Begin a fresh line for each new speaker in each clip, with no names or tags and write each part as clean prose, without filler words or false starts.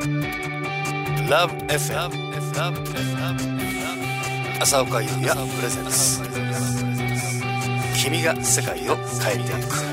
Love FM 浅岡優也プレゼンツ、君が世界を変えていく。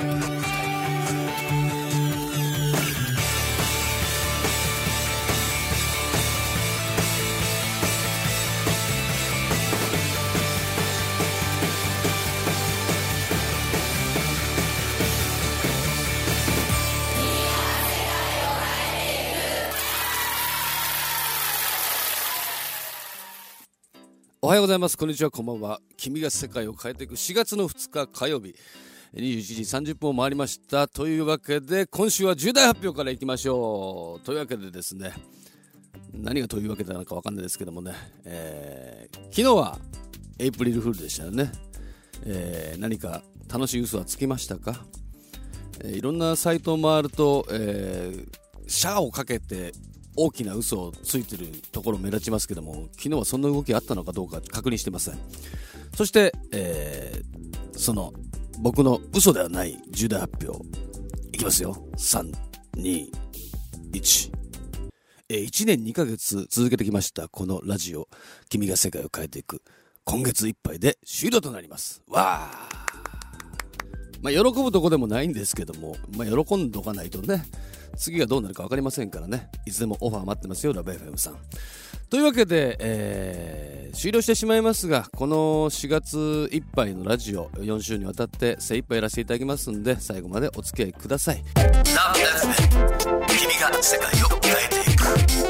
おはようございます。こんにちは、こんばんは。君が世界を変えていく4月の2日火曜日21時30分を回りました。というわけで今週は重大発表からいきましょう。というわけでですね、何がというわけなのか分かんないですけどもね、昨日はエイプリルフールでしたよね。何か楽しい嘘はつきましたか？いろんなサイトを回ると、シャアをかけて大きな嘘をついてるところ目立ちますけども、昨日はそんな動きあったのかどうか確認してません。そして、その僕の嘘ではない重大発表いきますよ。3、2、1。1年2ヶ月続けてきましたこのラジオ、君が世界を変えていく、今月いっぱいで終了となります。わー、喜ぶとこでもないんですけども、喜んどかないとね、次がどうなるか分かりませんからね。いつでもオファー待ってますよ、ラブ FM さん。というわけで、終了してしまいますが、この4月いっぱいのラジオ4週にわたって精一杯やらせていただきますんで、最後までお付き合いください。ラブ FM、 君が世界を変えていく。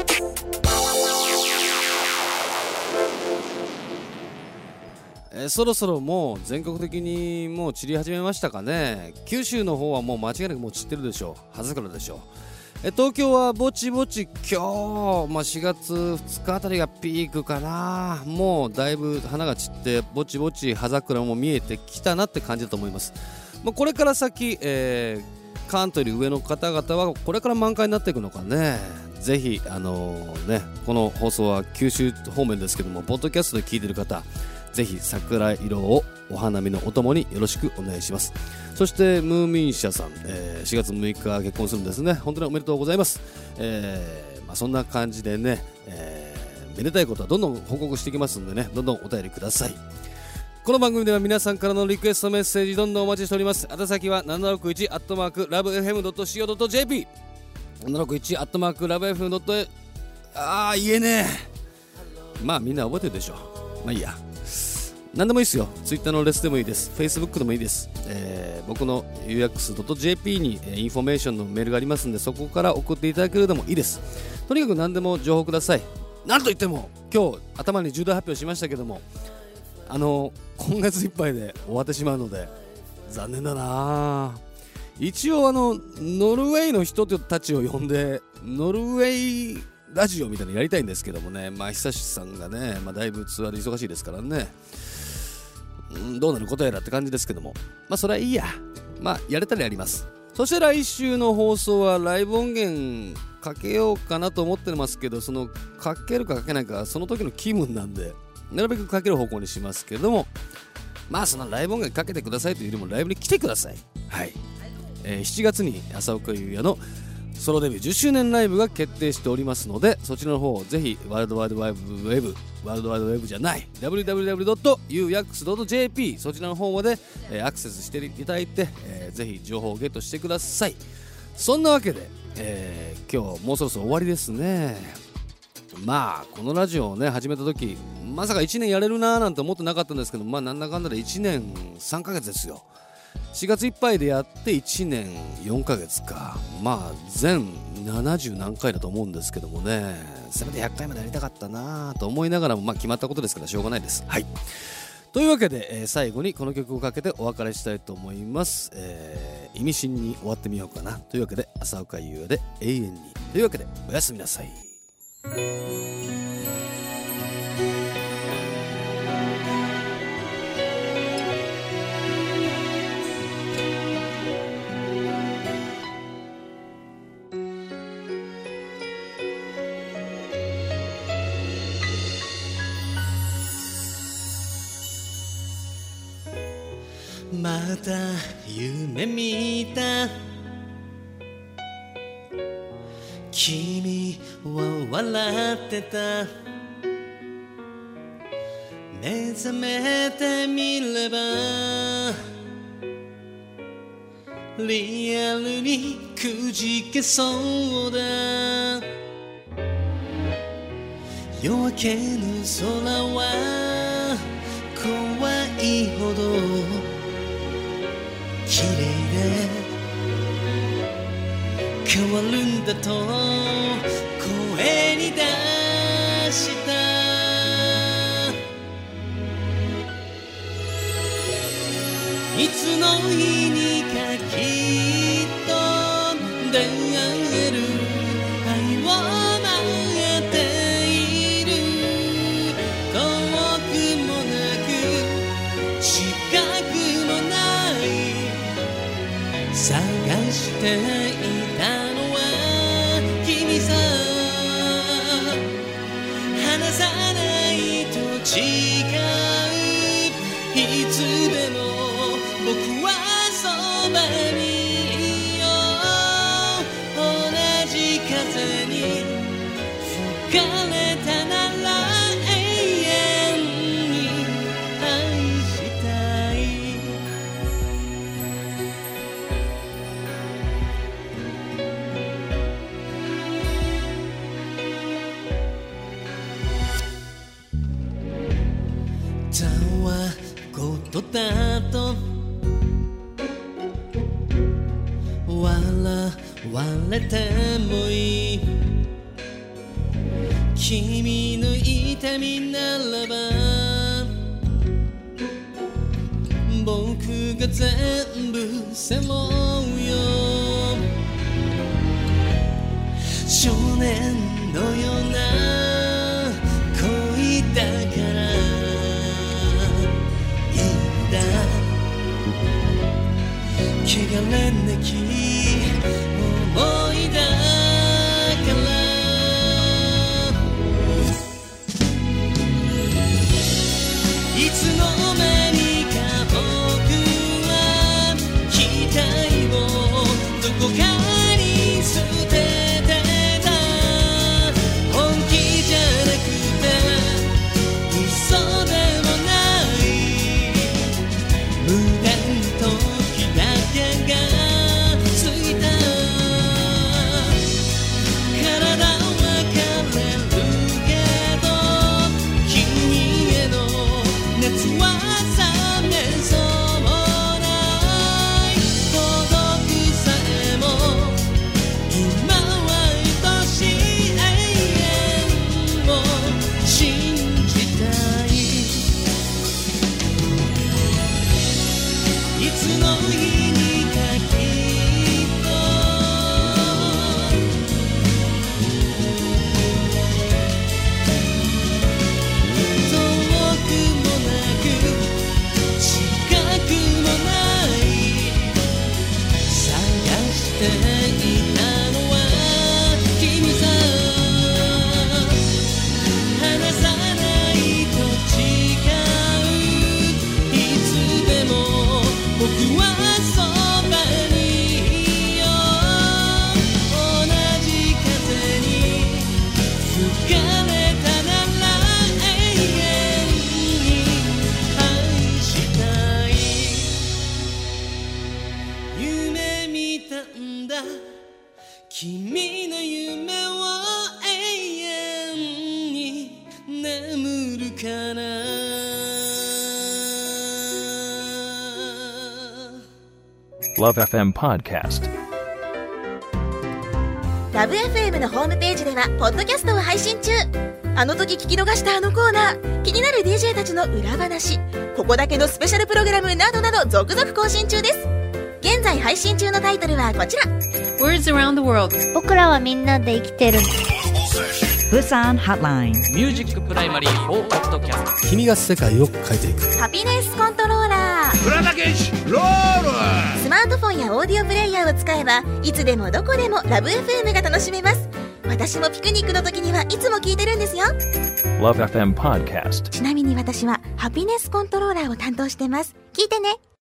そろそろもう全国的にもう散り始めましたかね。九州の方はもう間違いなくもう散ってるでしょう。葉桜でしょう。東京はぼちぼち今日、4月2日あたりがピークかな。もうだいぶ花が散ってぼちぼち葉桜も見えてきたなって感じだと思います。これから先、関東より上の方々はこれから満開になっていくのかね。ぜひこの放送は九州方面ですけども、ポッドキャストで聞いてる方、ぜひ桜色をお花見のお供によろしくお願いします。そしてムーミン社さん、4月6日結婚するんですね。本当におめでとうございます。そんな感じでね、めでたいことはどんどん報告していきますんでね、どんどんお便りください。この番組では皆さんからのリクエストメッセージどんどんお待ちしております。宛先は 761@lovefm.co.jp 761@lovefm.co.jp 言えねえ。みんな覚えてるでしょ。いいや、何でもいいですよ。ツイッターのレスでもいいです。フェイスブックでもいいです。僕の ux.jp にインフォメーションのメールがありますので、そこから送っていただけるでもいいです。とにかく何でも情報ください。なんといっても今日頭に重大発表しましたけども、今月いっぱいで終わってしまうので残念だな。一応ノルウェーの人たちを呼んでノルウェーラジオみたいなのやりたいんですけどもね、久しさんがね、だいぶツアーで忙しいですからね、どうなることやらって感じですけども、それはいいや。やれたらやります。そして来週の放送はライブ音源かけようかなと思ってますけど、そのかけるかかけないかその時の気分なんで、なるべくかける方向にしますけども、そのライブ音源かけてくださいというよりもライブに来てください。はい、7月に浅岡優也のソロデビュー10周年ライブが決定しておりますので、そちらの方をぜひワールドワイドウェブじゃない www.uyax.jp そちらの方まで、アクセスしていただいて、ぜひ情報をゲットしてください。そんなわけで、今日もうそろそろ終わりですね。このラジオをね始めた時、まさか1年やれるなーなんて思ってなかったんですけど、なんだかんだで1年3ヶ月ですよ。4月いっぱいでやって1年4ヶ月か。全70何回だと思うんですけどもね、せめて100回までやりたかったなと思いながらも、決まったことですからしょうがないです。はい、というわけで、最後にこの曲をかけてお別れしたいと思います。意味深に終わってみようかな。というわけで浅岡優也で永遠に。というわけでおやすみなさい。
また夢見た君ちは笑ってた。目覚めてみればリアルにくじけそうだ。夜明けの空は怖いほど綺麗で変わるんだと声に出した。いつの日にかきっと出会える愛を待っている。遠くもなく近くもない探していたのは君さ。離さないと誓う。いつでも僕はそばにいよう。同じ風に吹かれたなら永遠に愛したい。たわことだと笑われてもいい。君の痛みならば僕が全部背負うよ。少年のような恋だからいいんだ。汚れなき思いだから。いつの間にか僕は期待をどこかに捨ててた。本気じゃなくて嘘でもない無駄に時だけがついた。体は枯れるけど君への熱は冷めそうもない。孤独さえも今は愛しい永遠を信じたい。いつの日にかきっと遠くもなく近くもない探していたのは君さ。離さないと誓う。いつでも僕はそばにいよう。同じ風に吹かれたなら永遠に愛したい。夢見たんだ君の夢を永遠に眠るかな。
Love FM Podcast。
ラブ FM のホームページではポッドキャストを配信中。あの時聞き逃したあのコーナー、気になる DJ たちの裏話、ここだけのスペシャルプログラムなどなど続々更新中です。現在配信中のタイトルはこちら。
Words around the world。
僕らはみんなで生きてる。
Busan Hotline。
ミュージックプライマリー4ポッドキャスト。
君が世界を変えていく。
ハピネスコントローラー。
浦田健一ロール。
スマートフォンやオーディオプレイヤーを使えばいつでもどこでもラブ FM が楽しめます。私もピクニックの時にはいつも聞いてるんですよ。
Love FM Podcast。
ちなみに私はハピネスコントローラーを担当してます。聞いてね。